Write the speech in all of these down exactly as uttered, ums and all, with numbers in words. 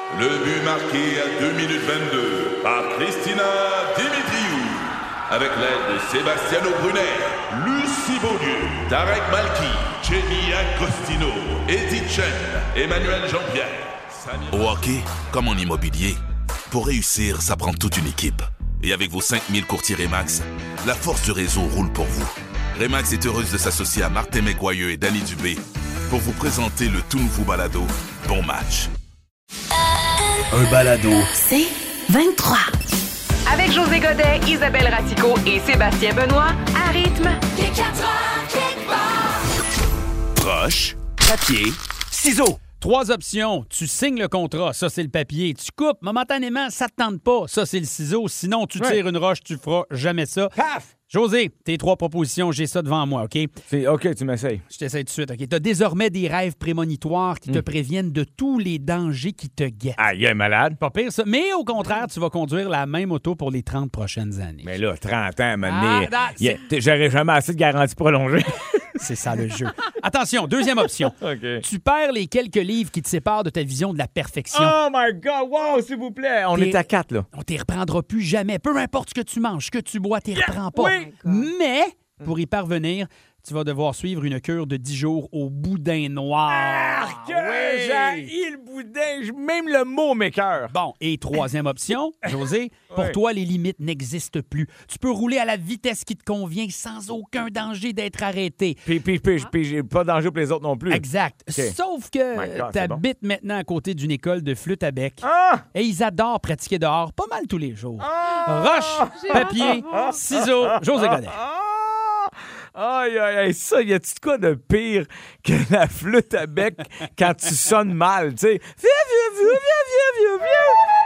Le but marqué à deux minutes vingt-deux par Christina Dimitriou. Avec l'aide de Sebastiano Brunet, Lucie Beaulieu, Tarek Malki, Jenny Agostino, Eddie Chen, Emmanuel Jean-Pierre. Samir... Au hockey, comme en immobilier, pour réussir, ça prend toute une équipe. Et avec vos cinq mille courtiers Remax, la force du réseau roule pour vous. Remax est heureuse de s'associer à Martin McGuire et Danny Dubé pour vous présenter le tout nouveau balado Bon Match. Un balado. C'est vingt-trois. Avec José Godet, Isabelle Ratico et Sébastien Benoît, à rythme. Roche, papier, ciseaux. Trois options. Tu signes le contrat, ça c'est le papier. Tu coupes, momentanément, ça te tente pas, ça c'est le ciseau. Sinon, tu tires ouais. une roche, tu feras jamais ça. Paf! José, tes trois propositions, j'ai ça devant moi, OK? C'est OK, tu m'essayes. Je t'essaye tout de suite, OK? Tu as désormais des rêves prémonitoires qui mm. te préviennent de tous les dangers qui te guettent. Ah, il est malade. Pas pire, ça. Mais au contraire, tu vas conduire la même auto pour les trente prochaines années. Mais là, trente ans, maintenant, ah, yeah, j'aurais jamais assez de garantie prolongée. C'est ça le jeu. Attention, deuxième option. Okay. Tu perds les quelques livres qui te séparent de ta vision de la perfection. Oh my God, wow, s'il vous plaît. On t'es... est à quatre, là. On t'y reprendra plus jamais. Peu importe ce que tu manges, ce que tu bois, t'y yeah. reprends pas. Oui. Mais, pour y parvenir, tu vas devoir suivre une cure de dix jours au boudin noir. Arc! Oui. J'ai le boudin, même le mot m'écoeure. Bon, et troisième option, José, pour oui. toi, les limites n'existent plus. Tu peux rouler à la vitesse qui te convient sans aucun danger d'être arrêté. Puis, puis, puis, ah. puis j'ai pas de danger pour les autres non plus. Exact. Okay. Sauf que tu habites bon. maintenant à côté d'une école de flûte à bec. Ah! Et ils adorent pratiquer dehors pas mal tous les jours. Ah! Roche, papier, ah! ciseaux, José Godet. Aïe, aïe, aïe, ça, y a-tu de quoi de pire que la flûte à bec quand tu sonnes mal, tu sais? Viens, viens, viens, viens, viens, viens,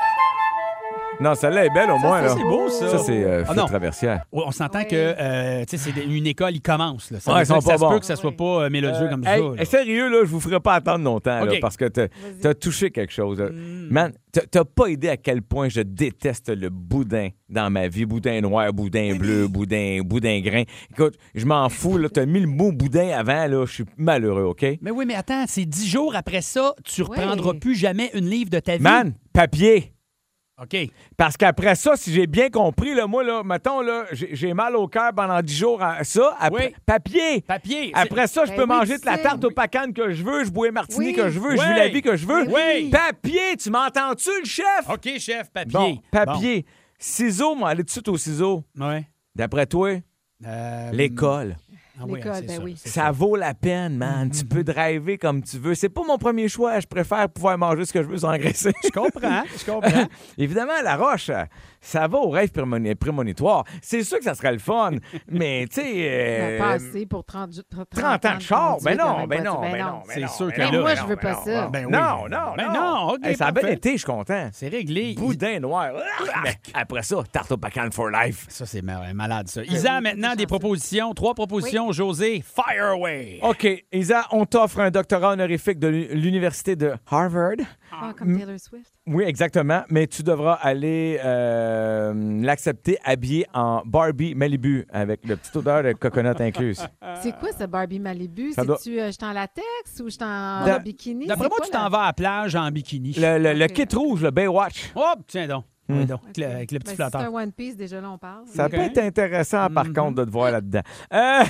Non, celle-là est belle au ça, moins, ça, là. C'est beau, ça. Ça, c'est euh, flûte ah, traversière. On s'entend oui. que, euh, tu sais, c'est une école, ils commencent, là. Ça, ouais, veut dire que ça bon. se peut que ça soit pas euh, mélodieux euh, comme hey, ça. Là. Sérieux, là, je vous ferai pas attendre longtemps, okay. là, parce que t'as, t'as touché quelque chose. Mm. Man, t'as, t'as pas idée à quel point je déteste le boudin dans ma vie. Boudin noir, boudin bleu, boudin, boudin grain. Écoute, je m'en fous, là. T'as mis le mot boudin avant, là. Je suis malheureux, OK? Mais oui, mais attends, c'est dix jours après ça, tu reprendras oui. plus jamais une livre de ta vie. Man, papier. OK. Parce qu'après ça, si j'ai bien compris, là, moi, là, mettons, là, j'ai, j'ai mal au cœur pendant dix jours. À ça, après, oui. papier. Papier. Après ça, je ben peux oui, manger de la c'est... tarte aux pacanes que je veux, je bois martini oui. que je veux, oui. je vis la vie que je veux. Oui. Papier, tu m'entends-tu, le chef? OK, chef, papier. Bon, papier. Bon. Ciseaux, moi, aller tout de suite aux ciseaux. Oui. D'après toi, euh... l'école. Ah oui, L'école, c'est ben ça, oui. c'est ça, ça vaut la peine, man. Mm-hmm. Tu peux driver comme tu veux. C'est pas mon premier choix. Je préfère pouvoir manger ce que je veux sans engraisser. Je comprends, je comprends. Évidemment, la roche, ça va au rêve prémoni- prémonitoire. C'est sûr que ça serait le fun, mais tu sais... Euh, pas assez pour trente, trente, trente ans de char. Ben non, ben non, ben non. C'est sûr que là... là... moi, je veux pas ça. Ben oui. Non, non, ben non. OK, hey, ça a bien été, je suis content. C'est réglé. Boudin noir. Mais après ça, tarte au pacan for life. Ça, c'est malade, ça. Isa, maintenant, des propositions. Trois propositions, oui. José. Fire away! OK. Isa, on t'offre un doctorat honorifique de l'Université de Harvard. Ah, comme Taylor Swift? Oui, exactement. Mais tu devras aller euh, l'accepter habillé en Barbie Malibu avec le petit odeur de coconut incluse. C'est quoi ce Barbie Malibu? Ça C'est-tu doit... euh, j'étais en latex ou j'étais en Da... bikini? D'après moi, quoi, tu t'en là? vas à la plage en bikini. Le, le, le okay. kit rouge, le Baywatch. Oh, tiens donc. Mm. Oui, donc, avec, le, avec le petit ben, flotteur. Si c'est un One Piece, déjà là, on parle. Ça okay. peut être intéressant, par mm-hmm. contre, de te voir là-dedans. Euh...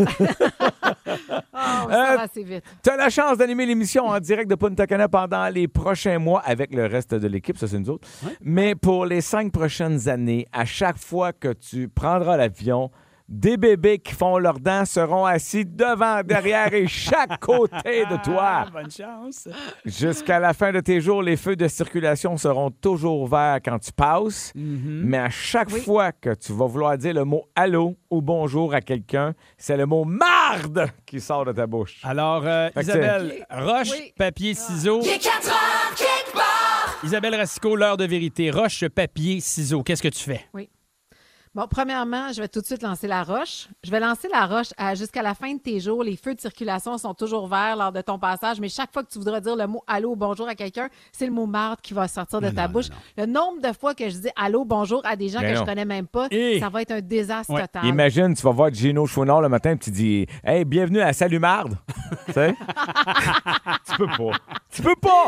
oh, ça va assez vite. Tu as la chance d'animer l'émission en direct de Punta Cana pendant les prochains mois avec le reste de l'équipe, ça c'est nous autres. Ouais. Mais pour les cinq prochaines années, à chaque fois que tu prendras l'avion, des bébés qui font leurs dents seront assis devant, derrière et chaque côté de toi. Ah, bonne chance. Jusqu'à la fin de tes jours, les feux de circulation seront toujours verts quand tu passes. Mm-hmm. Mais à chaque oui. fois que tu vas vouloir dire le mot « allô » ou « bonjour » à quelqu'un, c'est le mot « marde » qui sort de ta bouche. Alors, euh, Isabelle, roche, oui. papier, ciseaux. Il est quatre heures quelque part. Isabelle Racicot, l'heure de vérité. Roche, papier, ciseaux. Qu'est-ce que tu fais? Oui. Bon, premièrement, je vais tout de suite lancer la roche. Je vais lancer la roche à, jusqu'à la fin de tes jours. Les feux de circulation sont toujours verts lors de ton passage, mais chaque fois que tu voudras dire le mot « allô » ou « bonjour » à quelqu'un, c'est le mot « marde » qui va sortir de non, ta non, bouche. non, non. Le nombre de fois que je dis « allô », « bonjour » à des gens mais que non. je connais même pas, Et... ça va être un désastre ouais. total. Imagine, tu vas voir Gino Chouinard le matin et tu dis « Hey, bienvenue à Salut Marde ». Tu sais? Tu peux pas. Tu peux pas. Non.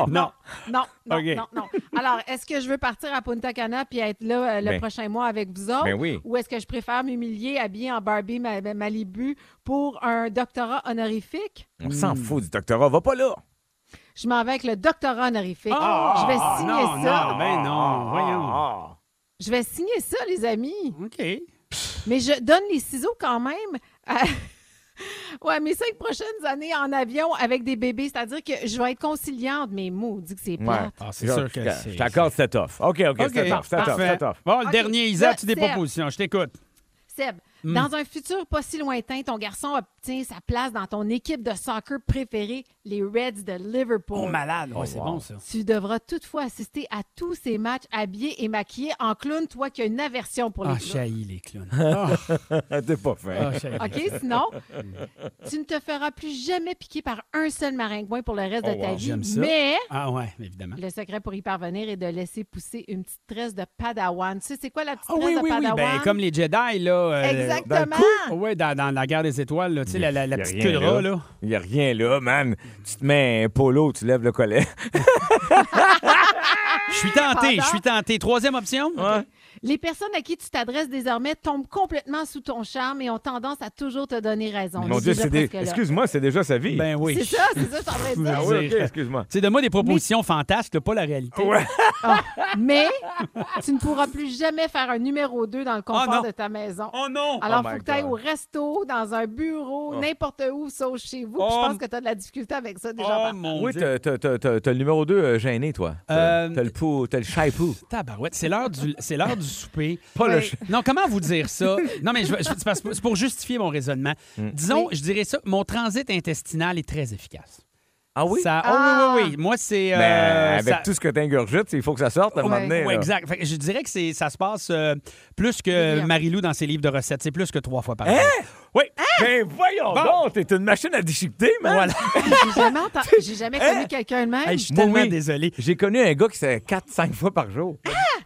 Non, non, OK. non, non. Alors, est-ce que je veux partir à Punta Cana puis être là euh, le Ben. prochain mois avec vous autres? Ben oui. Ou est-ce que je préfère m'humilier habillée en Barbie Ma- Malibu pour un doctorat honorifique? On s'en fout du doctorat. Va pas là. Je m'en vais avec le doctorat honorifique. Ah, je vais signer non, ça. non, ben non, voyons. Ah. Je vais signer ça, les amis. OK. Mais je donne les ciseaux quand même à... ouais, mes cinq prochaines années en avion avec des bébés. C'est-à-dire que je vais être conciliante, mais maudit que c'est Ouais. plate. Ah, c'est Je- sûr que je- c'est... Je t'accorde, c'était tough. OK, OK, c'était tough, c'était tough, parfait. c'était tough. Bon, le OK, dernier, Isa, là, tu des Seb. propositions. Je t'écoute. Seb, Mm. dans un futur pas si lointain, ton garçon obtient sa place dans ton équipe de soccer préférée, les Reds de Liverpool. Oh, malade. Ouais, Oh, c'est wow. bon, ça. Tu devras toutefois assister à tous ces matchs habillé et maquillé en clown, toi qui as une aversion pour les Ah, clowns. chahi, les clowns. Ah, T'es pas fin. ah, chahi. OK, sinon, tu ne te feras plus jamais piquer par un seul maringouin pour le reste Oh, de ta wow. vie. J'aime ça. Mais Ah ouais, évidemment. le secret pour y parvenir est de laisser pousser une petite tresse de Padawan. Tu sais, c'est quoi la petite Ah tresse oui, de oui, oui. Padawan? Ben, comme les Jedi, là. euh, Exactement. Oui, dans, dans la guerre des étoiles, là, tu sais, la, la, la Y a petite rien queue de rat, là. Il n'y a rien là, man. Tu te mets un polo, tu lèves le collet. Je suis tenté, je Pardon? suis tenté. Troisième option? Les personnes à qui tu t'adresses désormais tombent complètement sous ton charme et ont tendance à toujours te donner raison. Mon On est Dieu, déjà c'est des... presque là. Excuse-moi, c'est déjà sa vie. Ben oui. C'est ça, c'est ça, je suis en train de dire. Ah oui, OK, excuse-moi. C'est de moi des propositions fantasques, là, pas la réalité. Ouais. Ah, mais tu ne pourras plus jamais faire un numéro deux dans le confort Oh non. de ta maison. Oh non! Alors, Oh il my faut que tu ailles God. au resto, dans un bureau, n'importe où, sauf chez vous. Puis Oh, je pense que tu as de la difficulté avec ça déjà. Oh par- mon Oui, Dieu! t'as, t'as, t'as, t'as- t'as le numéro deux euh, gêné, toi. T'as, Euh, t'as le pou, t'as le chaipou. Tabarouette, c'est l'heure du, c'est l'heure du souper. Pas le Ouais. ch- Non, comment vous dire ça? Non, mais je, je- c'est parce- c'est pour justifier mon raisonnement. Disons, Oui. je dirais ça, mon transit intestinal est très efficace. Ah oui? Ça, oh, Ah! oui, oui, oui. Moi, c'est... euh, Ben, avec ça- tout ce que t'ingurgites, il faut que ça sorte à un moment Ouais. donné. Oui, là. exact. Fait que je dirais que c'est, ça se passe euh, plus que William. Marie-Lou dans ses livres de recettes. C'est plus que trois fois par jour. Hein? Oui. Ben voyons Bon. donc, t'es une machine à déchiqueter, man. Voilà. J'ai jamais, enten- J'ai jamais connu quelqu'un de même. Hey, je suis Moi, tellement oui. désolé. J'ai connu un gars qui s'est quatre cinq fois par jour.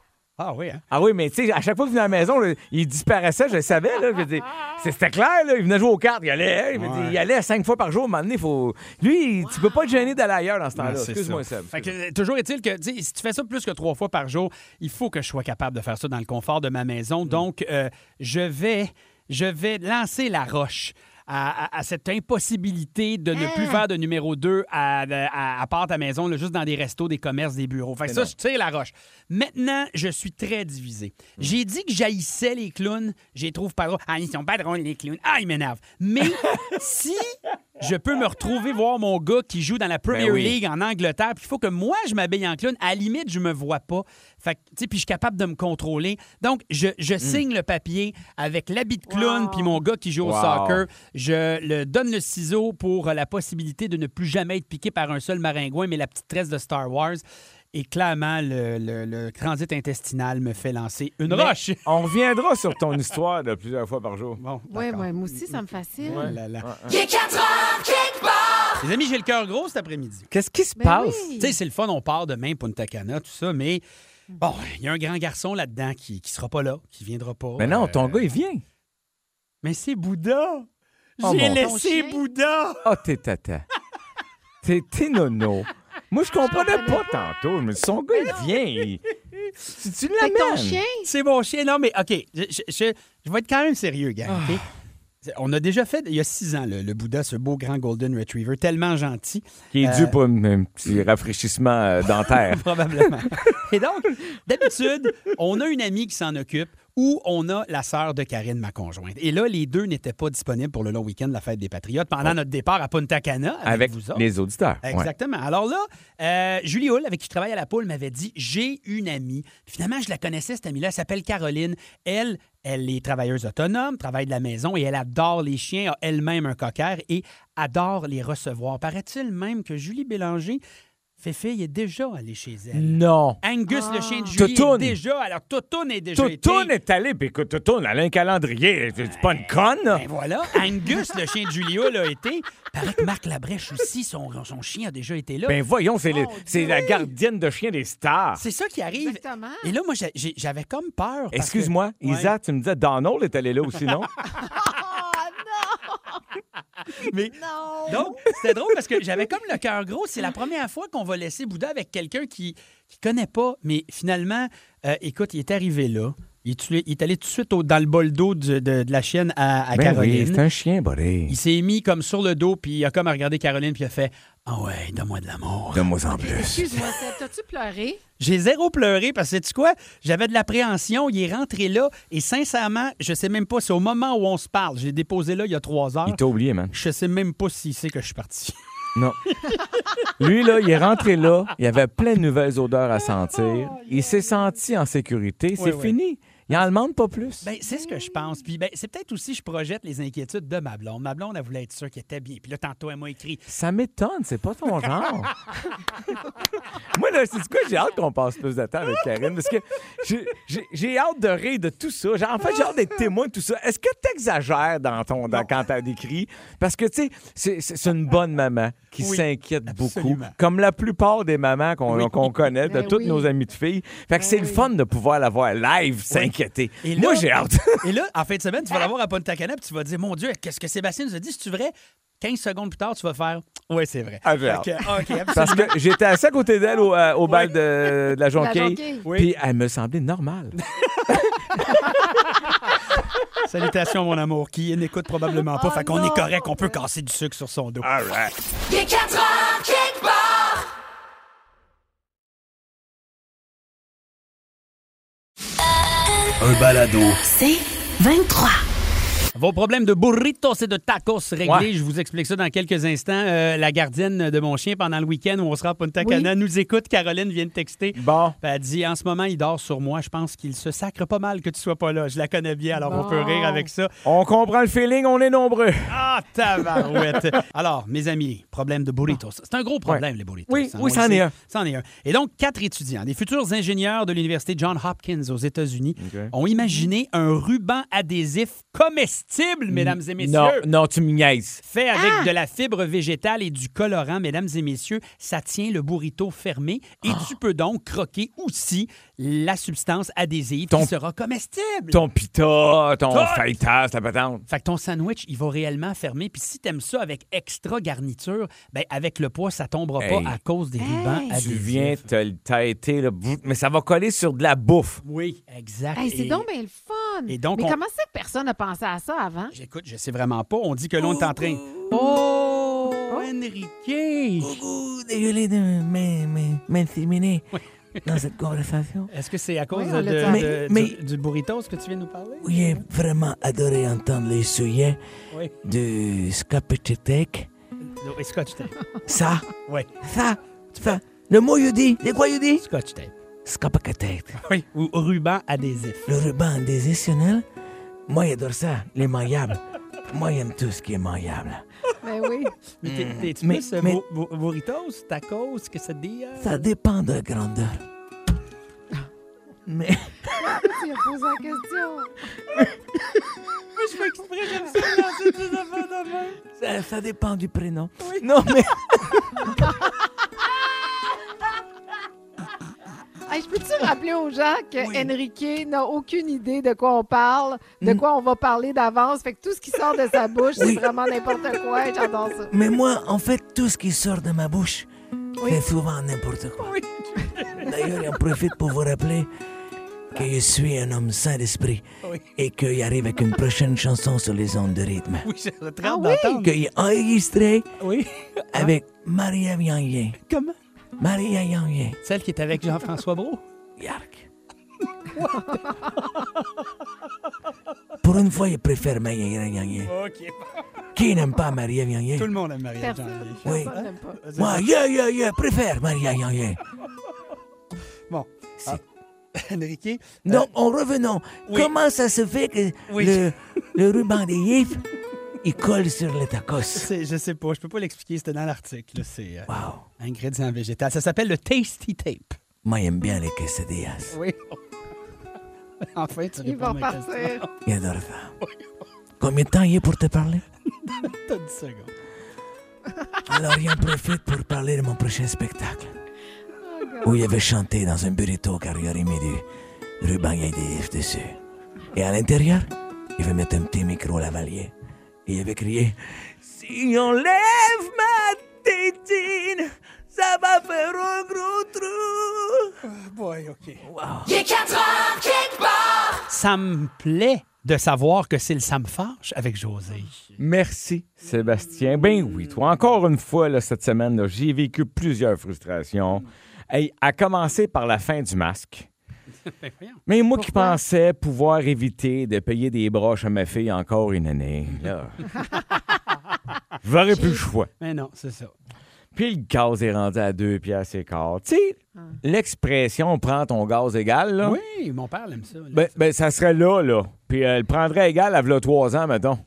Ah oui, hein? Ah oui, mais tu sais, à chaque fois qu'il venait à la maison, là, il disparaissait, je le savais. Là, je veux dire, c'est- c'était clair, là, il venait jouer aux cartes, il allait, il, Ouais. il allait cinq fois par jour. À un moment donné, faut... Lui, tu peux pas te gêner d'aller ailleurs dans ce temps-là. Ouais, c'est Excuse-moi, ça. Seb. Fait que, euh, toujours est-il que tu sais, si tu fais ça plus que trois fois par jour, il faut que je sois capable de faire ça dans le confort de ma maison. Mm. Donc, euh, je vais, je vais lancer la roche. À, à- à cette impossibilité de ne plus Hein? faire de numéro deux à, à, à part ta maison, là, juste dans des restos, des commerces, des bureaux. Fait que ça, non. je tire la roche. Maintenant, je suis très divisé. J'ai dit que j'haïssais les clowns. Je les trouve pas drôles. Ah, ils sont pas drôles, les clowns. Ah, ils m'énervent. Mais si je peux me retrouver voir mon gars qui joue dans la Premier Ben oui. League en Angleterre, puis il faut que moi, je m'habille en clown, à la limite, je me vois pas. Fait que, tu sais, puis je suis capable de me contrôler. Donc, je, je signe le papier avec l'habit de clown Wow. puis mon gars qui joue au Wow. soccer. Je le donne le ciseau pour euh, la possibilité de ne plus jamais être piqué par un seul maringouin, mais la petite tresse de Star Wars. Et clairement, le, le- le transit intestinal me fait lancer une Mais roche. On reviendra sur ton histoire de plusieurs fois par jour. Bon, Oui, d'accord. ouais, moi aussi, ça me fascine. Oh là là. Il est quatre heures quelque part. Les amis, j'ai le cœur gros cet après-midi. Qu'est-ce qui se Ben passe? oui. Tu sais, c'est le fun, on part demain, Punta Cana, tout ça, mais bon, il y a un grand garçon là-dedans qui, qui sera pas là, qui viendra pas. Mais non, ton Euh, gars, il vient. Mais c'est Bouddha! Oh, J'ai mon- laissé Ton chien? Bouddha! Ah, t'es tata. T'es t'es nono. Moi, je comprenais pas tantôt. Mais son gars, il vient. il- Tu, tu Fait que ton l'amènes. chien, C'est mon chien. Non, mais OK, je, je- je- je vais être quand même sérieux, gars. OK? C'est- On a déjà fait, il y a six ans, le, le Bouddha, ce beau grand Golden Retriever, tellement gentil. Qui est Euh, dû pour un, un petit rafraîchissement euh, dentaire. Probablement. Et donc, d'habitude, on a une amie qui s'en occupe ou on a la sœur de Karine, ma conjointe. Et là, les deux n'étaient pas disponibles pour le long week-end de la Fête des Patriotes pendant notre départ à Punta Cana avec, Avec vous autres. les auditeurs. Ouais. Exactement. Alors là, euh, Julie Hull, avec qui je travaille à la Poule, m'avait dit j'ai une amie. Finalement, je la connaissais, cette amie-là. Elle s'appelle Caroline. Elle, elle est travailleuse autonome, travaille de la maison et elle adore les chiens, a elle-même un cocker et adore les recevoir. Paraît-il même que Julie Bélanger, Féfé, il est déjà allé chez elle. Non. Angus, Ah. le chien de Julie, Toutoune. est déjà. Alors, Toutoune est déjà été. Toutoune est allé, puis écoute, Toutoune, elle a un calendrier. C'est pas une conne, là? Ben voilà, Angus, le chien de Julie Hull, a été. Paraît que Marc Labrèche aussi, son, son chien a déjà été là. Ben voyons, c'est le- Mon c'est Dieu. la gardienne de chien des stars. C'est ça qui arrive. exactement. Et là, moi, j'ai- j'ai- j'avais comme peur. parce que- Excuse-moi, Ouais. Isa, tu me disais Donald est allé là aussi, non? Oh non! Mais, Non! donc, c'était drôle parce que j'avais comme le cœur gros. C'est la première fois qu'on va laisser Bouddha avec quelqu'un qui ne connaît pas. Mais finalement, euh, écoute, il est arrivé là. Il est, il est allé tout de suite au, dans le bol d'eau de, de, de la chienne à, à Ben Caroline. oui, c'est un chien, buddy. Il s'est mis comme sur le dos, puis il a comme regardé Caroline, puis il a fait « Ah ouais, donne-moi de l'amour. » Donne-moi en plus. Excuse-moi, Seb, t'as-tu pleuré? J'ai zéro pleuré parce que, sais-tu quoi? J'avais de l'appréhension. Il est rentré là et sincèrement, je sais même pas, c'est au moment où on se parle. J'ai déposé là il y a trois heures. Il t'a oublié, man. Je sais même pas s'il sait que je suis parti. Non. Lui, là, il est rentré là. Il avait plein de nouvelles odeurs à sentir. Il s'est senti en sécurité. C'est oui. fini. Il n'en demande pas plus. Ben, c'est ce que je pense. Puis ben, c'est peut-être aussi, je projette les inquiétudes de ma blonde. Ma blonde, elle voulait être sûre qu'il était bien. Puis là, tantôt, elle m'a écrit. Ça m'étonne, c'est pas ton genre. Moi, là, c'est quoi? J'ai hâte qu'on passe plus de temps avec Karine parce que j'ai, j'ai, j'ai hâte de rire de tout ça. J'ai- En fait, j'ai hâte d'être témoin de tout ça. Est-ce que tu exagères dans ton, dans, quand tu as décrit? Parce que, tu sais, c'est, c'est, c'est une bonne maman qui Oui, s'inquiète beaucoup. absolument. Comme la plupart des mamans qu'on, Oui. qu'on connaît, de Ben toutes oui. nos amies de filles. Fait que Ben c'est le oui. fun de pouvoir la voir live s'inquiéter. Et Moi, là- j'ai hâte. Et là, en fin de semaine, tu vas l'avoir à Punta Cana, puis tu vas dire, mon Dieu, qu'est-ce que Sébastien nous a dit? C'est-tu vrai? quinze secondes plus tard, tu vas faire, oui, c'est vrai. Ah, j'ai Fait hâte. que, OK, absolument. Parce que j'étais assis à côté d'elle au, euh, au bal Oui. de, de la Jonquille. Jonquille. Oui. Puis elle me semblait normale. Salutations, mon amour, qui n'écoute probablement pas. Oh fait qu'on non. est correct, on peut casser du sucre sur son dos. All right. Il est quatre heures quelque part. Un balado. C'est vingt-trois. Vos problèmes de burritos et de tacos réglés, Ouais. je vous explique ça dans quelques instants. Euh, la gardienne de mon chien, pendant le week-end où on sera à Punta Cana, nous écoute. Caroline vient de texter. Bon. Puis Elle dit, en ce moment, il dort sur moi. Je pense qu'il se sacre pas mal que tu sois pas là. Je la connais bien, alors on peut Bon. rire avec ça. On comprend le feeling, on est nombreux. Ah, tabarouette! Alors, mes amis, problème de burritos. C'est un gros problème, les burritos. Oui, hein, oui, on c'en le est sait. un. C'en est un. Et donc, quatre étudiants, des futurs ingénieurs de l'Université Johns Hopkins aux États-Unis, OK. ont imaginé un ruban adhésif comestible, mesdames et messieurs. Non, non, tu me niaises. Fait avec de la fibre végétale et du colorant, mesdames et messieurs, ça tient le burrito fermé et tu peux donc croquer aussi la substance adhésive Ton- qui sera comestible. Ton pita, ton Tout. feuilletage, ta patente. Fait que ton sandwich, il va réellement fermer. Puis si t'aimes ça avec extra garniture, ben avec le poids, ça tombera Hey. pas à cause des rubans Hey. adhésifs. Tu viens te le têter, là, bout- mais ça va coller sur de la bouffe. Oui, exact. Hey, c'est Et- donc bien le fun. et donc, Mais on- comment c'est que personne n'a pensé à ça avant? J'écoute, je sais vraiment pas. On dit que l'on est en train... Oh, Enrique! Beaucoup désolé de m'in- m'in- m'intimider dans cette conversation. Est-ce que c'est à cause Oui, de, on l'a de- dit. de- Mais- du, du burritos que tu viens de nous parler? Oui, j'ai vraiment adoré entendre les sujets Oui. du Scapitech. Oui, Scotch tape. Ça, Oui, ça, ça. Le mot, you dit, de quoi you dit? Scotch tape. Scapitech. Oui, ou ruban adhésif. Le ruban adhésitionnel, moi, j'adore ça, les maillables. Moi, j'aime tout ce qui est maillable. Ben oui. Mais t'es- t'es-tu Mais- plus euh, mais- bu- bu- burritos, tacos, que ça te dit? euh? Ça dépend de la grandeur. Mais Tu as posé la question. Je fais exprès, j'aime ça lancer des affaires de même. ça, ça dépend du prénom. Non, mais Hey, je peux-tu rappeler aux gens que Enrique n'a aucune idée de quoi on parle, de quoi on va parler d'avance? Fait que tout ce qui sort de sa bouche, Oui. c'est vraiment n'importe quoi et j'adore ça. Mais moi, en fait, tout ce qui sort de ma bouche, Oui. c'est souvent n'importe quoi. D'ailleurs, j'en profite pour vous rappeler que je suis un homme sain d'esprit Oui. et qu'il arrive avec une prochaine chanson sur les ondes de rythme. Oui, j'ai le Ah train oui? d'entendre. Qu'il est enregistré Oui. avec Maria Vianney. Comment? Maria Vianney. Celle qui est avec Jean-François Brault? Yark. Pour une fois, je préfère Maria Vianney. OK. Qui n'aime pas Maria Vianney? Tout le monde aime Maria Personne, Jean. Oui. personne n'aime pas. Moi, yeah, yeah, yeah, préfère Maria Vianney. Bon. Ah. Enrique? Non, en revenant, oui. comment ça se fait que Oui. le, le ruban des yves, il colle sur le tacos? C'est- je sais pas, je peux pas l'expliquer, c'était dans l'article. là, C'est euh, Wow. ingrédient végétal. Ça s'appelle le Tasty Tape. Moi, j'aime bien les quesadillas. Oui. Enfin, tu Il réponds va à ma question. repartir. J'adore ça. Combien de temps il est pour te parler? T'as dix secondes. Alors, j'en profite pour parler de mon prochain spectacle. Où il avait chanté dans un burrito car il aurait mis du ruban adhésif dessus. Et à l'intérieur, il va mettre un petit micro lavalier. Et il avait crié « C'est Et enlève ma tétine, ça va faire un gros trou. Oh boy, OK. Wow. Il est quatre heures quelque part. Ça me plaît de savoir que c'est le Ça me fâche avec José. Merci, Sébastien. Ben oui, toi, encore une fois, là, cette semaine, là, j'ai vécu plusieurs frustrations. Hey, à commencer par la fin du masque. Ben, voyons. Mais moi qui Pourquoi? pensais pouvoir éviter de payer des broches à ma fille encore une année, là, j'aurais plus le choix. Mais non, c'est ça. Puis le gaz est rendu à deux piastres et quart. Tu sais, l'expression « prends ton gaz égal », là, Oui, mon père aime ça. là. ben, ben, ça serait là, là. Puis elle le prendrait égal à v'là trois ans, mettons.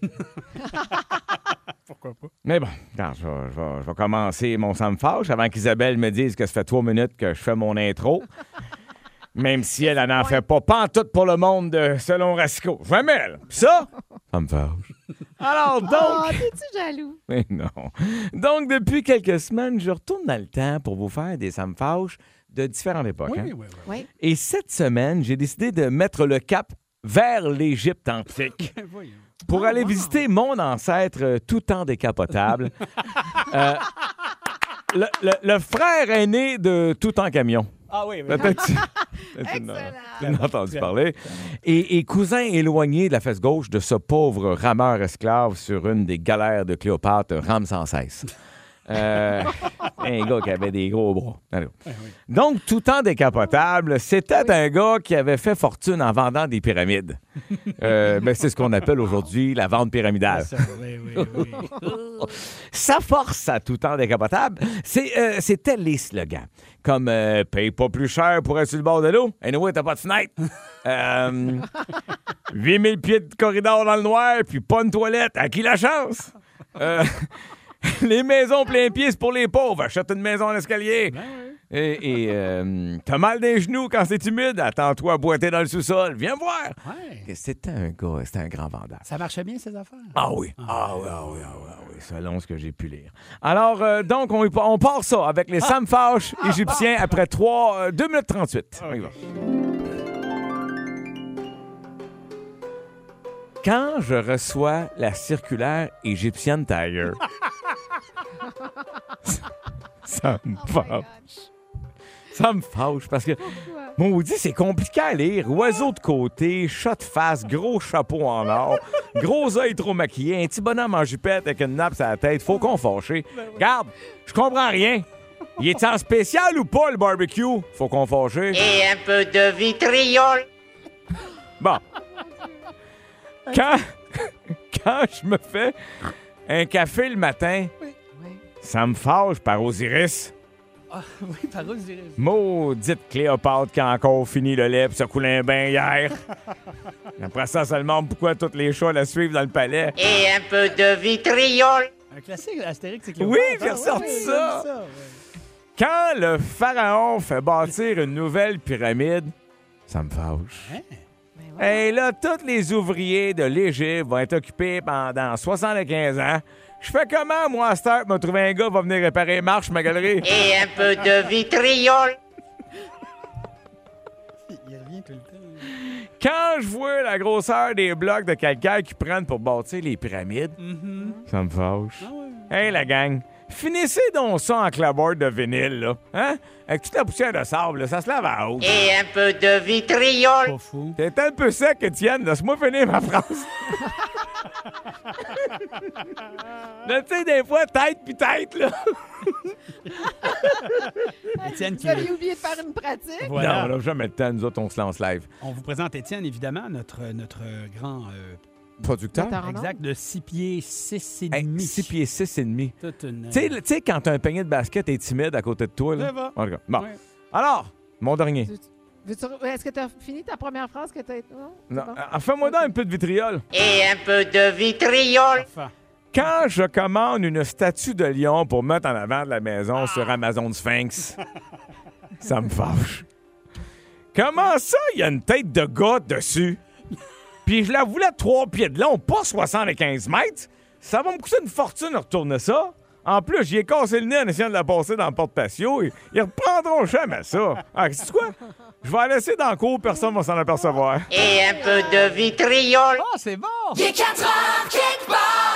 Pourquoi pas? Mais bon, attends, je, vais, je vais- je vais commencer mon ça me fâche avant qu'Isabelle me dise que ça fait trois minutes que je fais mon intro. Même si elle n'en fait pas pantoute pour le monde de Selon Racicot. Jamais, elle. Puis ça, ça me fâche. Alors Oh, donc... t'es-tu jaloux? Mais non. Donc, depuis quelques semaines, je retourne dans le temps pour vous faire des ça me fâche de différentes époques. Oui, hein. oui, oui. oui. Oui. Et cette semaine, j'ai décidé de mettre le cap vers l'Égypte antique Voyons. pour Oh, aller wow. visiter mon ancêtre euh, tout temps décapotable. Euh, le, le- le frère aîné de tout en camion. Ah oui, oui. Peut-être tu- tu n'as- tu n'as entendu parler. Et, et cousin éloigné de la fesse gauche de ce pauvre rameur esclave sur une des galères de Cléopâtre, Ramsès. Euh, un gars qui avait des gros bras. Alors. Donc, tout temps décapotable, c'était un gars qui avait fait fortune en vendant des pyramides. Euh, ben, c'est ce qu'on appelle aujourd'hui la vente pyramidale. Ça, oui, oui, oui. Sa force à tout temps décapotable, c'est, euh, c'était les slogans. Comme euh, paye pas plus cher pour être sur le bord de l'eau. Anyway, t'as pas de fenêtre. Euh, huit mille pieds de corridor dans le noir, puis pas une toilette. À qui la chance? Euh, les maisons plein pied, c'est pour les pauvres. Achète une maison en escalier. Et, et euh, t'as mal des genoux quand c'est humide. Attends-toi à boiter dans le sous-sol. Viens voir. Ouais. C'était un gars, c'était un grand vendeur. Ça marchait bien, ces affaires? Ah oui. Ah oui, ah oui, ah oui, ah oui. Selon ce que j'ai pu lire. Alors, euh, donc, on, y pa- on part ça avec les Sam Fâche égyptiens après trois, euh, deux minutes trente-huit. On y va. Quand je reçois la circulaire égyptienne Tire, ça me fâche. Ça me fâche parce que, mon dit, c'est compliqué à lire. Oiseau de côté, chat de face, gros chapeau en or, gros œil trop maquillé, un petit bonhomme en jupette avec une nappe sur la tête. Faut qu'on fâcher. Regarde, je comprends rien. Il est en spécial ou pas, le barbecue? Faut qu'on fâcher. Et un peu de vitriol. Bon. Quand, quand je me fais un café le matin, ça me fâche par Osiris. Ah, oui, par où je dirais? Maudite Cléopâtre qui a encore fini le lait pour se couler un bain hier. Après ça, ça demande pourquoi tous les chats la suivent dans le palais. Et un peu de vitriol. Un classique Astérix, c'est Oui, j'ai ressorti ça. Quand le pharaon fait bâtir une nouvelle pyramide, ça me fâche. Et là, tous les ouvriers de l'Égypte vont être occupés pendant soixante-quinze ans. Je fais comment, moi, à cette heure, me trouver un gars qui va venir réparer les marches, ma galerie? Et un peu de vitriol. Il revient tout le temps. Quand je vois la grosseur des blocs de calcaire qu'ils prennent pour bâtir les pyramides, ça me fâche. Hey, la gang, finissez donc ça en clapboard de vinyle, là. Hein? Avec toute la poussière de sable, là, ça se lave à haut. Et un peu de vitriol. Pas fou. T'es un peu sec, Étienne. Laisse-moi finir ma phrase. Là, tu sais, des fois, tête puis tête, là. Étienne qui... Vous aviez oublié de faire une pratique? Voilà. Non, on n'a jamais le temps. Nous autres, on se lance live. On vous présente Étienne, évidemment, notre, notre grand... euh, Producteur. Metteur en exact, de six pieds six et Hey, demi. six pieds six et demi. Toute une... Tu sais, le- tu sais, quand t'as un panier de basket, t'es timide à côté de toi, là. Ça va. En tout cas, bon. Ouais. Alors, mon dernier. Veux-tu- Est-ce que tu as fini ta première phrase que tu as... Non? C'est Non, bon? euh, fais-moi donc un peu de vitriol. Et un peu de vitriol. Enfin. Quand je commande une statue de lion pour mettre en avant de la maison sur Amazon Sphinx, ça me fâche. Comment ça, il y a une tête de gars dessus? Puis je la voulais trois pieds de long, pas soixante-quinze mètres. Ça va me coûter une fortune de retourner ça. En plus, j'y ai cassé le nez en essayant de la passer dans le porte-patio. Ils, ils reprendront jamais ça. Ah, c'est quoi? Je vais la laisser dans le cours, personne va s'en apercevoir. Et un peu de vitriol. Ah, c'est bon! Il est quatre heures quelque part.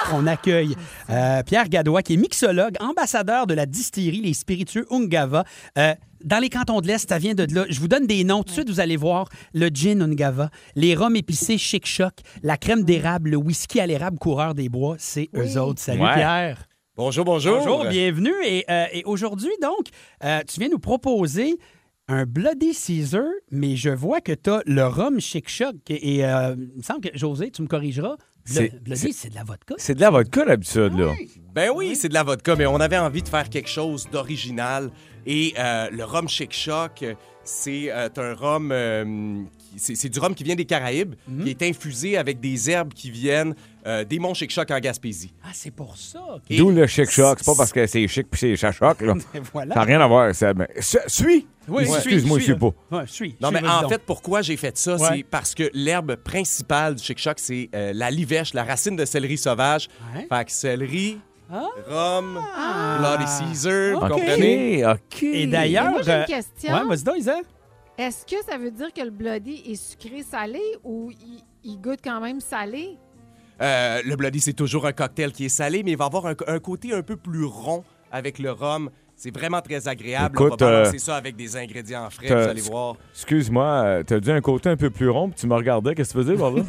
On accueille euh, Pierre Gadois, qui est mixologue, ambassadeur de la distillerie Les Spiritueux Ungava. Euh, dans les cantons de l'Est, ça vient de là. Je vous donne des noms. Tout de suite, vous allez voir le gin Ungava, les rhums épicés Chic Choc, la crème d'érable, le whisky à l'érable Coureur des Bois. C'est oui. eux autres. Salut, ouais. Pierre. Bonjour, bonjour. Bonjour, bienvenue. Et, euh, et aujourd'hui, donc, euh, tu viens nous proposer un Bloody Caesar, mais je vois que tu as le rhum Chic Choc. Et euh, il me semble que, José, tu me corrigeras, le Bloody, c'est de la vodka. C'est de la vodka, d'habitude, là. Oui. Ben oui, oui, c'est de la vodka, mais on avait envie de faire quelque chose d'original. Et euh, le rhum Chic Choc, c'est euh, un rhum... Euh, c'est, c'est du rhum qui vient des Caraïbes, mm-hmm. qui est infusé avec des herbes qui viennent euh, des monts Chic Choc en Gaspésie. Ah, c'est pour ça. Okay. D'où le Chic Choc. C'est pas parce que c'est chic puis c'est chachoc, là. Voilà. Ça n'a rien à voir. Ça... Mais... Suis! Oui, ouais. Excuse-moi, je suis pas. Ouais, suis. Non, suis, mais en donc. fait, pourquoi j'ai fait ça, ouais. c'est parce que l'herbe principale du Chic Choc, c'est euh, la livèche, la racine de céleri sauvage. Ouais. Fait que céleri... Ah. Rhum, ah. Bloody Caesar, okay. vous comprenez? OK. Et d'ailleurs... moi, j'ai une question. Ouais, vas-y donc, Isa. Est-ce que ça veut dire que le Bloody est sucré-salé ou il, il goûte quand même salé? Euh, le Bloody, c'est toujours un cocktail qui est salé, mais il va avoir un, un côté un peu plus rond avec le rhum. C'est vraiment très agréable. Écoute, on va balancer euh, ça avec des ingrédients frais, vous allez voir. Excuse-moi, euh, t'as dit un côté un peu plus rond, puis tu me regardais. Qu'est-ce que tu faisais par là?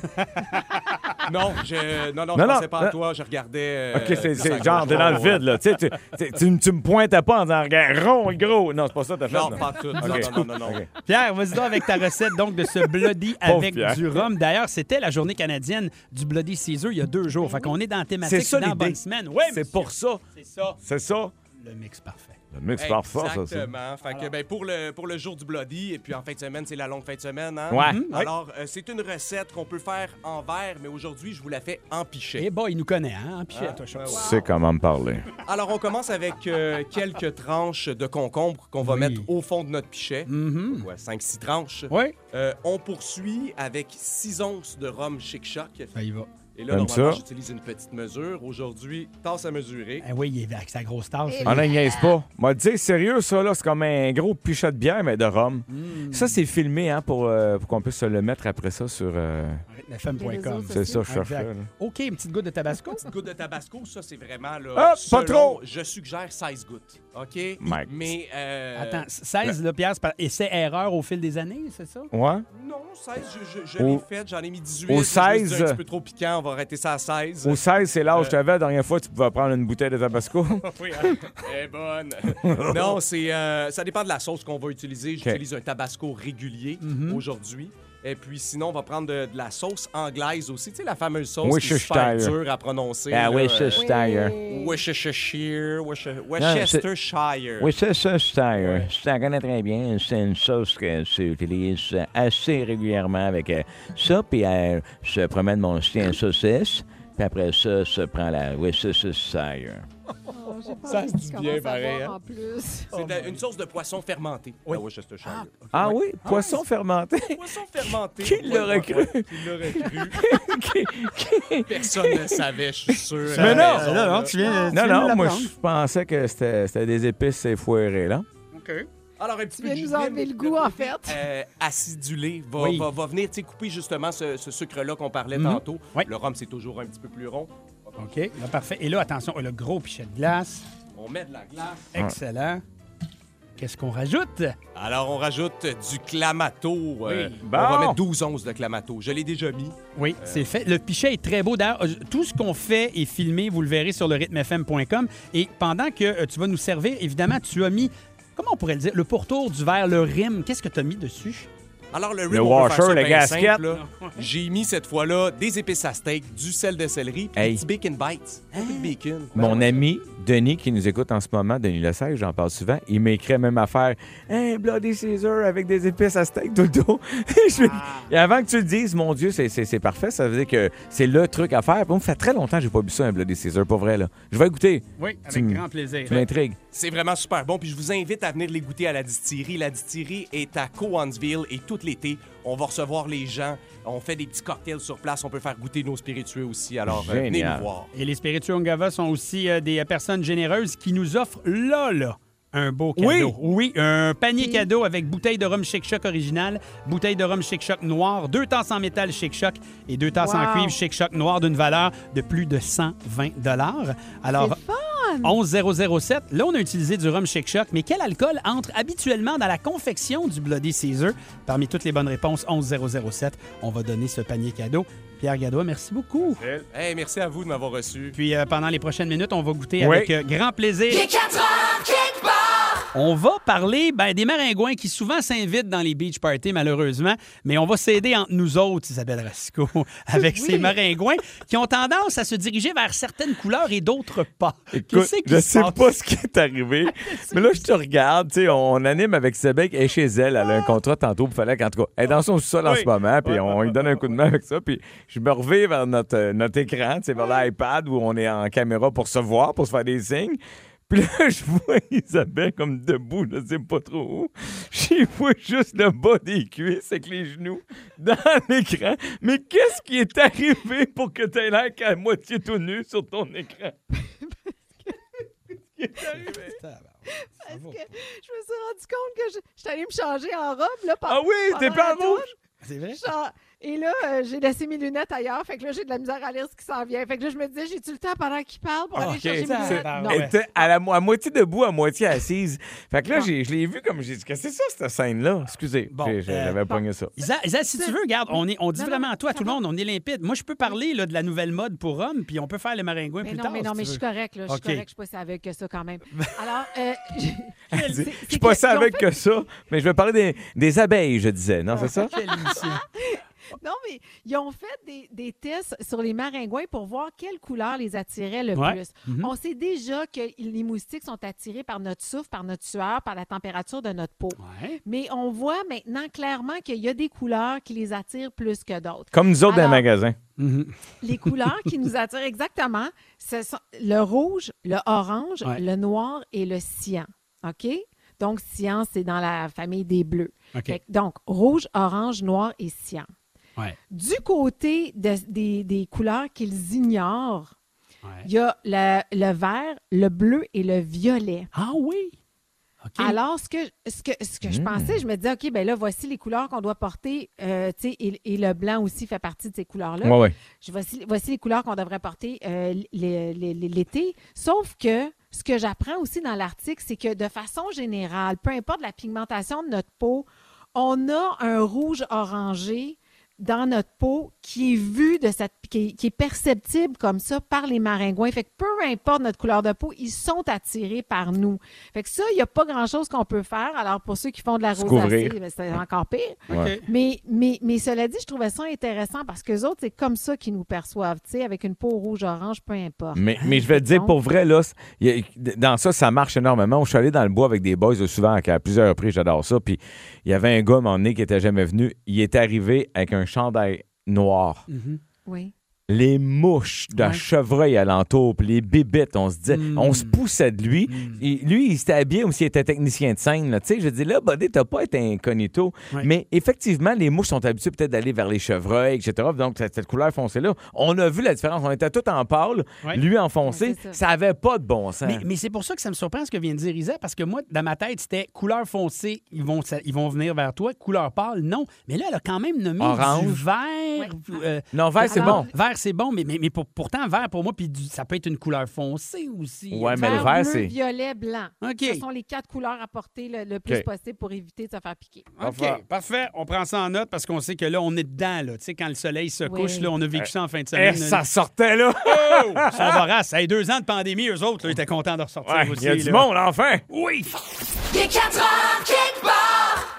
non, je, non, non, non, je pensais non, pas à toi. Je regardais... Euh, OK, c'est, c'est genre, t'es dans le vide, là. Tu, tu, tu, tu, tu me pointais pas en disant, regarde, rond et gros. Non, c'est pas ça que t'as fait. Non, non. pas tout. Okay. Non, non, non, non. Okay. Pierre, vas-y donc avec ta recette donc, de ce Bloody avec Pierre. Du rhum. D'ailleurs, c'était la journée canadienne du Bloody Caesar il y a deux jours. Fait qu'on est dans la thématique c'est ça, dans la bonne semaine. Ouais, c'est pour ça. C'est ça. C'est ça. Le mix parfait. Le mix hey, parfait, ça. Exactement. Fait que, ben, pour, le, pour le jour du Bloody, et puis en fin de semaine, c'est la longue fin de semaine. Hein? Ouais. Mm-hmm. Alors, euh, c'est une recette qu'on peut faire en verre, mais aujourd'hui, je vous la fais en pichet. Eh bon, il nous connaît, hein? En pichet, ah, toi, je wow. sais comment me parler. Alors, on commence avec euh, quelques tranches de concombre qu'on va oui. mettre au fond de notre pichet. Mm-hmm. Ouais, cinq six tranches. Oui. Euh, on poursuit avec six onces de rhum Chic Choc. Ça y va. Et là, Comme normalement, ça. j'utilise une petite mesure. Aujourd'hui, tasse à mesurer. Eh oui, il est avec sa grosse tasse. On ne niaise pas. Moi, te dire, sérieux, ça, là, c'est comme un gros pichet de bière, mais de rhum. Mm. Ça, c'est filmé, hein, pour, euh, pour qu'on puisse le mettre après ça sur... Euh... rythme f m point com. C'est ça, je cherchais. OK, une petite goutte de tabasco. Une petite goutte de tabasco, ça, c'est vraiment, là... Ah, pas trop! Je suggère seize gouttes, OK? Mike. Mais... Euh... Attends, seize, là, Pierre, c'est par... essai-erreur au fil des années, c'est ça? Ouais. Non, seize, je, je, je l'ai fait, j'en ai mis dix-huit. Au seize... C'est un petit peu trop piquant, on va arrêter ça à seize. Au seize, c'est l'âge que euh... tu avais. La dernière fois, tu pouvais prendre une bouteille de tabasco. Oui, hein? Elle est bonne. Non, c'est, euh, ça dépend de la sauce qu'on va utiliser. J'utilise okay. un tabasco régulier mm-hmm. aujourd'hui. Et puis sinon, on va prendre de, de la sauce anglaise aussi. Tu sais, la fameuse sauce qui est super dure à prononcer. Ah, Worcestershire. Worcestershire. Worcestershire. Worcestershire. Je la connais très bien. C'est une sauce que j'utilise assez régulièrement avec ça. Puis euh, je promène mon chien saucisse. Puis après ça, je prends la Worcestershire. Oh, ça se dit bien pareil. Hein? C'est oh de, une sauce de poisson fermenté. Oui. Worcestershire. Ah, okay. ah oui, poisson ah, fermenté. Poisson fermenté. Qui l'aurait cru? Qui l'aurait cru? Personne ne le savait, je suis sûr. Mais non, raison, non, non, tu viens. Non, non, moi, je pensais que c'était, c'était des épices foirées, là. OK. Alors, un petit tu peu viens de nous enlever le goût, en fait. Euh, acidulé va, oui. va, va venir couper justement ce, ce sucre-là qu'on parlait mm-hmm. tantôt. Oui. Le rhum, c'est toujours un petit peu plus rond. OK, là, parfait. Et là, attention, le gros pichet de glace. On met de la glace. Excellent. Qu'est-ce qu'on rajoute? Alors, on rajoute du Clamato. Oui. Euh, Bon. On va mettre douze onces de Clamato. Je l'ai déjà mis. Oui, euh... c'est fait. Le pichet est très beau. D'ailleurs, tout ce qu'on fait est filmé. Vous le verrez sur le rythme f m point com. Et pendant que euh, tu vas nous servir, évidemment, tu as mis, comment on pourrait le dire, le pourtour du verre, le rim. Qu'est-ce que tu as mis dessus? Alors, le, le washer, le gasket. J'ai mis cette fois-là des épices à steak, du sel de céleri, puis hey. des bacon bites. Un peu de bacon. Mon ami Denis, qui nous écoute en ce moment, Denis Lesage, j'en parle souvent, il m'écrit la même affaire. Hey, Bloody Caesar avec des épices à steak tout le dos. ah. Et avant que tu le dises, mon Dieu, c'est, c'est, c'est parfait. Ça veut dire que c'est le truc à faire. Bon, ça fait très longtemps que j'ai pas bu ça, un Bloody Caesar, pour vrai. Là. Je vais goûter. Oui, avec tu grand plaisir. Tu m'intrigues. C'est vraiment super bon. Puis je vous invite à venir les goûter à la distillerie. La distillerie est à Cowansville et tout l'été, on va recevoir les gens. On fait des petits cocktails sur place. On peut faire goûter nos spiritueux aussi. Alors, euh, venez nous voir. Et les spiritueux Ungava sont aussi euh, des personnes généreuses qui nous offrent là, là, Un beau cadeau. Oui. Oui, un panier cadeau avec bouteille de rhum Shake Shack original, bouteille de rhum Shake Shack noir, deux tasses en métal Shake Shack et deux tasses Wow. en cuivre Shake Shack noir d'une valeur de plus de cent vingt dollars. Alors, C'est fun! onze zéro zéro sept. Là, on a utilisé du rhum Shake Shack, mais quel alcool entre habituellement dans la confection du Bloody Caesar? Parmi toutes les bonnes réponses, onze zéro zéro sept, on va donner ce panier cadeau. Pierre Gadois, merci beaucoup. Hey, merci à vous de m'avoir reçu. Puis euh, pendant les prochaines minutes, on va goûter Oui. avec euh, grand plaisir. Il est quatre heures quelque part. On va parler ben, des maringouins qui souvent s'invitent dans les beach parties, malheureusement, mais on va s'aider entre nous autres, Isabelle Racicot, avec Oui. ces maringouins qui ont tendance à se diriger vers certaines couleurs et d'autres pas. Écoute, Qu'est-ce qui je se sais passe? pas ce qui est arrivé, mais là, je te regarde, tu sais, on anime avec Sébec, elle est chez elle, elle a un contrat tantôt, il fallait qu'en tout cas, elle est dans son sous-sol en Oui. ce moment, puis Ouais, on ouais, lui donne un coup de main avec ça, puis je me reviens vers notre, euh, notre écran, tu sais, vers l'iPad où on est en caméra pour se voir, pour se faire des signes. Puis là, je vois Isabelle comme debout, je sais pas trop où. J'y vois juste le bas des cuisses avec les genoux dans l'écran. Mais qu'est-ce qui est arrivé pour que tu aies l'air qu'à moitié tout nu sur ton écran? Qu'est-ce qui est arrivé? Parce que je me suis rendu compte que je j'étais allée me changer en robe. Là, Ah oui, t'es pas en rouge? C'est vrai? Genre, et là, euh, j'ai laissé mes lunettes ailleurs. Fait que là, j'ai de la misère à lire ce qui s'en vient. Fait que là, je me disais, j'ai-tu le temps pendant qu'il parle pour Ah, aller ok. chercher mes Ça, lunettes? c'est- Non. Elle était à, la mo- à moitié debout, à moitié assise. Fait que là, Bon. j'ai- je l'ai vu comme j'ai dit, qu'est-ce que c'est ça, cette scène-là? Excusez, Bon, j'ai- j'ai- euh, j'avais bon. pogné ça. Isa, Isa, si tu veux, regarde, on, est, on dit Non, non, vraiment à toi, à ça tout le va. monde, on est limpide. Moi, je peux parler là, de la nouvelle mode pour hommes, puis on peut faire les maringouins Mais plus non, tard. mais non, si mais tu je suis veux. correcte, là. Je suis OK. correcte, je suis pas si aveugle que ça quand même. Alors, euh, Elle dit, c'est- Je suis c'est pas que- ça ils ont avec fait- que ça, mais je vais parler des, des abeilles, je disais. Non, c'est ça? Quelle émission. Non, mais ils ont fait des, des tests sur les maringouins pour voir quelle couleur les attirait le Ouais. plus. Mhm. On sait déjà que les moustiques sont attirés par notre souffle, par notre sueur, par la température de notre peau. Ouais. Mais on voit maintenant clairement qu'il y a des couleurs qui les attirent plus que d'autres. Comme nous autres dans les Alors- magasins. Mhm. Les couleurs qui nous attirent exactement, ce sont le rouge, le orange, Ouais. le noir et le cyan. OK? Donc, cyan, c'est dans la famille des bleus. OK. Fait que, donc, rouge, orange, noir et cyan. Ouais. Du côté de- des, des couleurs qu'ils ignorent, Ouais. il y a le, le vert, le bleu et le violet. Ah oui? OK. Alors, ce que, ce que, ce que je Mm. pensais, je me disais, OK, ben là, voici les couleurs qu'on doit porter, euh, tu sais, et, et le blanc aussi fait partie de ces couleurs-là. Ouais, ouais. Je- voici, voici les couleurs qu'on devrait porter euh, l- l- l- l'été. Sauf que ce que j'apprends aussi dans l'article, c'est que de façon générale, peu importe la pigmentation de notre peau, on a un rouge orangé dans notre peau qui est vu de cette qui est, qui est perceptible comme ça par les maringouins. Fait que peu importe notre couleur de peau, ils sont attirés par nous. Fait que ça, il n'y a pas grand-chose qu'on peut faire. Alors pour ceux qui font de la Se rosacée, couvrir. ben, c'est encore pire. Ouais. Mais, mais, mais cela dit, je trouvais ça intéressant parce que les autres, c'est comme ça qu'ils nous perçoivent, tu sais, avec une peau rouge-orange, peu importe. Mais, mais je vais te dire, Donc- pour vrai, là, c- y a- dans ça, ça marche énormément. Je suis allé dans le bois avec des boys euh, souvent, à plusieurs reprises, j'adore ça. Puis il y avait un gars, à un moment donné, qui était jamais venu. Il est arrivé avec un chandail noir. Mhm. Oui. Les mouches de Ouais. chevreuil alentour, puis les bibittes, on se disait, Mm. on se poussait de lui. Mm. Et lui, il s'était habillé comme s'il était technicien de scène. là. Tu sais, je dis là, Buddy, t'as pas été incognito. Ouais. Mais effectivement, les mouches sont habituées peut-être d'aller vers les chevreuils, et cetera. Donc, cette, cette couleur foncée-là, on a vu la différence. On était tous en pâle, Ouais. lui en foncé. Ouais, c'est ça. ça avait pas de bon sens. Mais, mais c'est pour ça que ça me surprend ce que vient de dire Isa, parce que moi, dans ma tête, c'était couleur foncée, ils vont, ça- ils vont venir vers toi. Couleur pâle, non. Mais là, elle a quand même nommé Orange. du vert. euh, Non, vert, c'est Alors, bon. Vert, c'est bon, mais, mais, mais pour- pourtant, vert, pour moi, puis du- ça peut être une couleur foncée aussi. Ouais, mais le Vert, vert, bleu, c'est- violet, blanc. OK. Ce sont les quatre couleurs à porter le, le plus OK. possible pour éviter de se faire piquer. OK, parfait. On prend ça en note parce qu'on sait que là, on est dedans. Là. Tu sais, quand le soleil se Oui. couche, là, on a vécu ça en fin de Eh, semaine. ça sortait là! Oh! Ils sont voraces. Hey, deux ans de pandémie, eux autres, là, ils étaient contents de ressortir Ouais, aussi. il y a du là. monde, enfin! Oui! Il est quatre heures quelque part.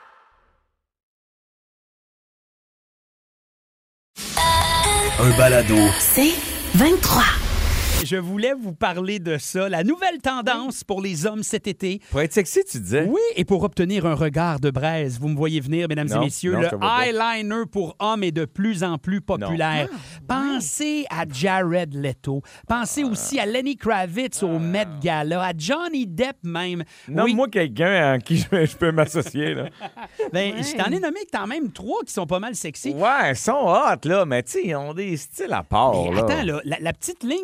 Un balado. C'est vingt-trois. Je voulais vous parler de ça, la nouvelle tendance pour les hommes cet été. Pour être sexy, tu disais? Oui, et pour obtenir un regard de braise, vous me voyez venir, mesdames Non, et messieurs, non, le je te vois pas. eyeliner pour hommes est de plus en plus populaire. Pensez à Jared Leto. Pensez aussi à Lenny Kravitz au Met Gala, à Johnny Depp même. Non, Oui, moi, quelqu'un en qui je, je peux m'associer, là. ben, Ouais. je t'en ai nommé quand même trois qui sont pas mal sexy. Ouais, ils sont hot, là, mais tu sais, ils ont des styles à part, Mais là. attends, là, la, la petite ligne comme ça,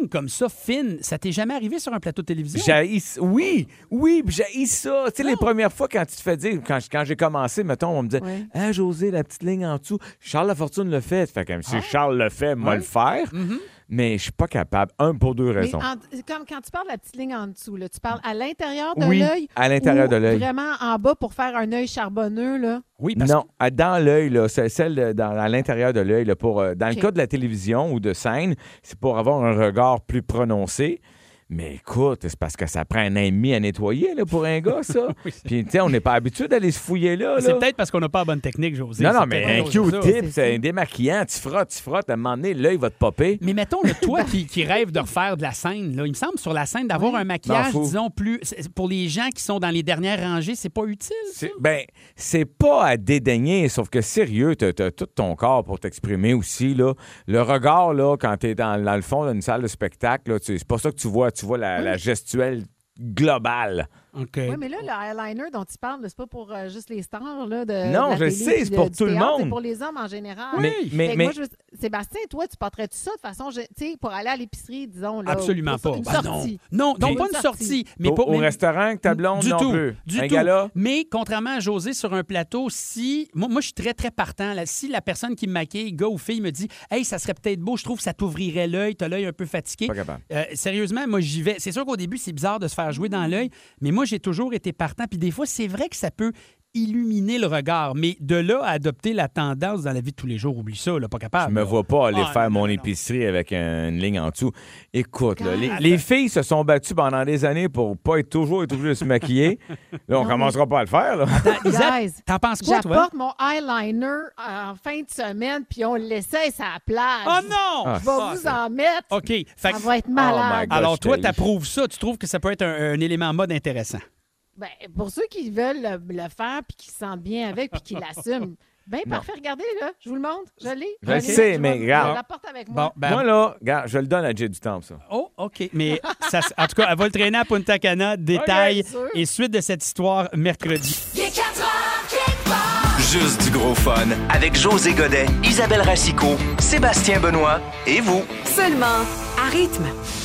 fine. Ça t'est jamais arrivé sur un plateau de télévision? J'haïs, oui, oui, puis j'haïs ça. Tu sais, les premières fois, quand tu te fais dire, quand, quand j'ai commencé, mettons, on me disait, Ouais. ah, José, la petite ligne en dessous, Charles Lafortune le fait. Fait que si Ah. Charles le fait, moi Ouais. le faire. Mhm. Mais je suis pas capable. Un, pour deux Mais raisons. en- comme quand tu parles de la petite ligne en dessous, là, tu parles à l'intérieur de Oui, l'œil? à l'intérieur ou de l'œil. Vraiment en bas pour faire un œil charbonneux, là? Oui, parce Non, à- dans l'œil, là, c'est celle de- dans, à l'intérieur de l'œil. Là, pour, euh, dans OK. le cas de la télévision ou de scène, c'est pour avoir un regard plus prononcé. Mais écoute, c'est parce que ça prend un an et demi à nettoyer là, pour un gars, ça. Puis, tu sais, on n'est pas habitué d'aller se fouiller là. que c'est là. peut-être parce qu'on n'a pas la bonne technique, José. Non, non, C'est mais peut-être un à cause de ça. Q-tip, C'est c'est ça. un démaquillant. Tu frottes, tu frottes, à un moment donné, l'œil va te popper. Mais mettons, là, toi qui, qui rêve de refaire de la scène, là, il me semble sur la scène d'avoir un maquillage, M'en fous. disons, plus. c'est- Pour les gens qui sont dans les dernières rangées, c'est pas utile. ça? C'est- Ben, c'est pas à dédaigner, sauf que sérieux, t'as, t'as tout ton corps pour t'exprimer aussi, là. Le regard, là, quand t'es dans, dans le fond d'une salle de spectacle, là, tu- c'est pas ça que tu vois. Tu vois la, la gestuelle globale. OK. Oui, mais là, le eyeliner dont tu parles, là, c'est pas pour euh, juste les stars là, de, Non, de la je télé sais, puis c'est de- pour du tout le théâtre, monde. C'est pour les hommes en général. Mais, Fait mais, que mais moi, je veux- Sébastien, toi, tu porterais tout ça de façon, je- tu sais, pour aller à l'épicerie, disons. Là, Absolument ou pour pas. Une Ben sortie. non, non, Puis- pas une sortie. Mais au, pas, au mais- restaurant avec ta blonde, du non tout, plus. Du un tout. gala? Mais contrairement à José sur un plateau, si moi, moi je suis très très partant. Là, si la personne qui me maquille, gars ou fille, me dit, hey, ça serait peut-être beau, je trouve que ça t'ouvrirait l'œil, t'as l'œil un peu fatigué. Pas capable. Euh, sérieusement, moi j'y vais. C'est sûr qu'au début c'est bizarre de se faire jouer dans l'œil, mais moi j'ai toujours été partant. Puis des fois c'est vrai que ça peut illuminer le regard, mais de là à adopter la tendance dans la vie de tous les jours, oublie ça, là, pas capable. Je me là. vois pas aller Ah, faire non, mon non, non. épicerie avec un- une ligne en dessous. Écoute, là, les, Guys. les filles se sont battues pendant des années pour pas être toujours être obligées de se maquiller. Là, on Non, commencera pas à le faire. Là. Attends, Isa, Guys, t'en penses quoi, toi? J'apporte mon eyeliner en fin de semaine, puis on l'essaie sur la plage. Oh non! Ah, Je vais vous en mettre. OK. Fait Ça que- va être Oh my malade. God. alors, je toi, te- tu approuves ça. Tu trouves que ça peut être un, un élément mode intéressant. Ben, pour ceux qui veulent le, le faire, puis qui se sentent bien avec, puis qui l'assument, ben parfait, regardez, là, je vous le montre, je l'ai. Je le l'ai, sais, je mais vais- regarde. Je l'apporte avec Bon, moi. ben, Moi, là, regarde, je le donne à Jay du Temple, ça. oh, OK. Mais ça, en tout cas, elle va le traîner à Punta Cana. Détail Ok, sûr. et suite de cette histoire mercredi. Il est quatre heures quelque part. Juste du gros fun avec José Godet, Isabelle Racicot, Sébastien Benoît et vous. Seulement à rythme.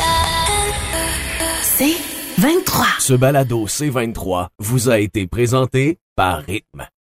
C'est vingt-trois. Ce balado C vingt-trois vous a été présenté par Rythme.